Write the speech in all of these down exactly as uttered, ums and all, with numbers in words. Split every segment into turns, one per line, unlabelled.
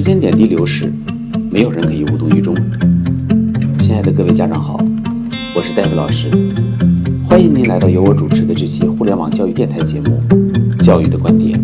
间点滴流逝，没有人可以无动于衷。亲爱的各位家长好，我是戴夫老师，欢迎您来到由我主持的这期互联网教育电台节目《教育的观点》。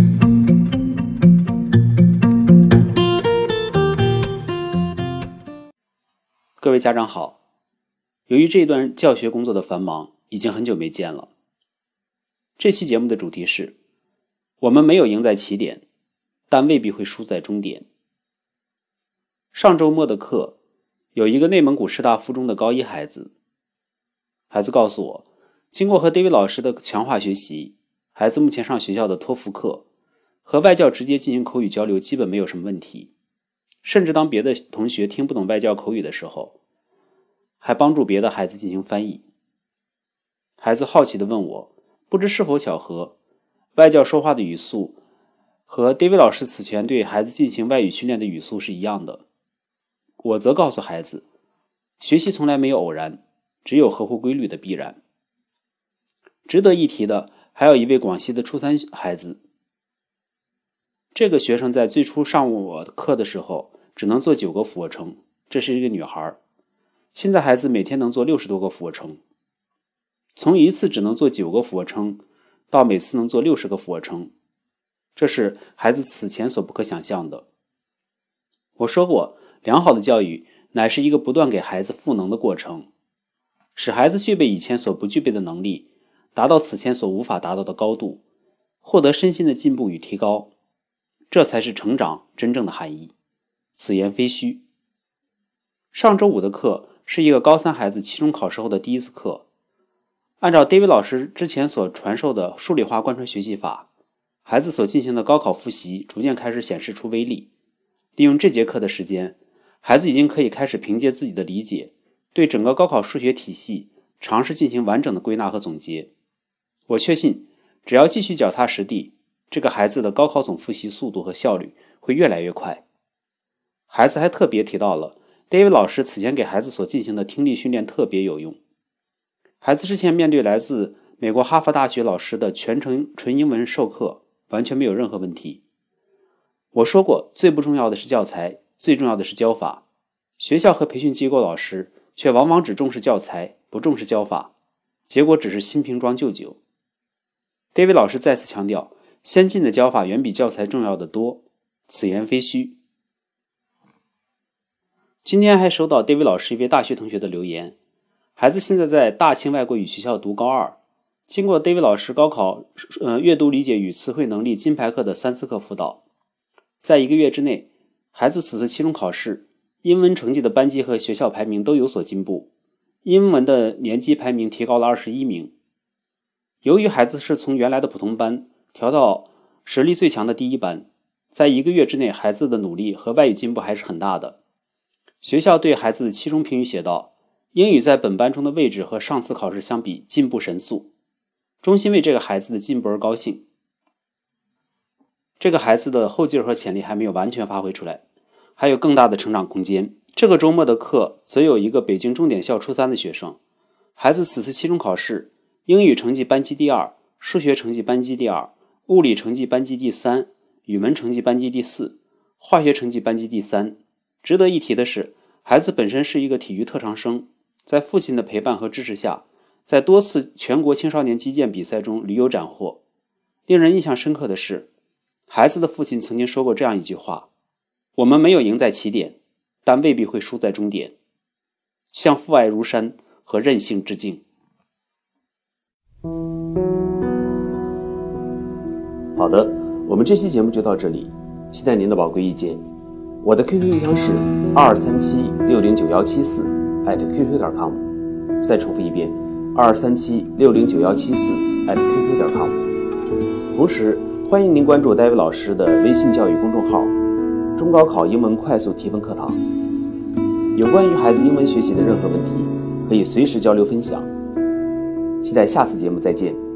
各位家长好，由于这一段教学工作的繁忙，已经很久没见了。这期节目的主题是：我们没有赢在起点，但未必会输在终点。上周末的课，有一个内蒙古师大附中的高一孩子，孩子告诉我，经过和 David 老师的强化学习，孩子目前上学校的托福课，和外教直接进行口语交流基本没有什么问题，甚至当别的同学听不懂外教口语的时候，还帮助别的孩子进行翻译。孩子好奇地问我，不知是否巧合，外教说话的语速和 David 老师此前对孩子进行外语训练的语速是一样的。我则告诉孩子，学习从来没有偶然，只有合乎规律的必然。值得一提的还有一位广西的初三孩子，这个学生在最初上我的课的时候只能做九个俯卧撑，这是一个女孩。现在孩子每天能做六十多个俯卧撑，从一次只能做九个俯卧撑到每次能做六十个俯卧撑，这是孩子此前所不可想象的。我说过，良好的教育乃是一个不断给孩子赋能的过程，使孩子具备以前所不具备的能力，达到此前所无法达到的高度，获得身心的进步与提高，这才是成长真正的含义。此言非虚。上周五的课是一个高三孩子期中考试后的第一次课，按照 David 老师之前所传授的数理化贯穿学习法，孩子所进行的高考复习逐渐开始显示出威力。利用这节课的时间，孩子已经可以开始凭借自己的理解，对整个高考数学体系尝试进行完整的归纳和总结。我确信，只要继续脚踏实地，这个孩子的高考总复习速度和效率会越来越快。孩子还特别提到了 David 老师此前给孩子所进行的听力训练特别有用。孩子之前面对来自美国哈佛大学老师的全程纯英文授课，完全没有任何问题。我说过，最不重要的是教材，最重要的是教法。学校和培训机构老师却往往只重视教材，不重视教法，结果只是新瓶装旧酒。David 老师再次强调，先进的教法远比教材重要的多，此言非虚。今天还收到 David 老师一位大学同学的留言，孩子现在在大庆外国语学校读高二，经过 David 老师高考呃阅读理解与词汇能力金牌课的三次课辅导，在一个月之内，孩子此次期中考试英文成绩的班级和学校排名都有所进步，英文的年级排名提高了二十一名。由于孩子是从原来的普通班调到实力最强的第一班，在一个月之内，孩子的努力和外语进步还是很大的。学校对孩子的期中评语写道，英语在本班中的位置和上次考试相比进步神速，衷心为这个孩子的进步而高兴。这个孩子的后劲和潜力还没有完全发挥出来，还有更大的成长空间。这个周末的课则有一个北京重点校初三的学生，孩子此次期中考试英语成绩班级第二，数学成绩班级第二，物理成绩班级第三，语文成绩班级第四，化学成绩班级第三。值得一提的是，孩子本身是一个体育特长生，在父亲的陪伴和支持下，在多次全国青少年击剑比赛中屡有斩获。令人印象深刻的是，孩子的父亲曾经说过这样一句话，我们没有赢在起点，但未必会输在终点。向父爱如山和韧性致敬。好的，我们这期节目就到这里，期待您的宝贵意见。我的 Q Q 邮箱是二三七六零九幺七四 at qq 点 com， 再重复一遍，二三七六零九幺七四 at qq 点 com。同时，欢迎您关注 David 老师的微信教育公众号“中高考英文快速提分课堂”。有关于孩子英文学习的任何问题，可以随时交流分享。期待下次节目再见。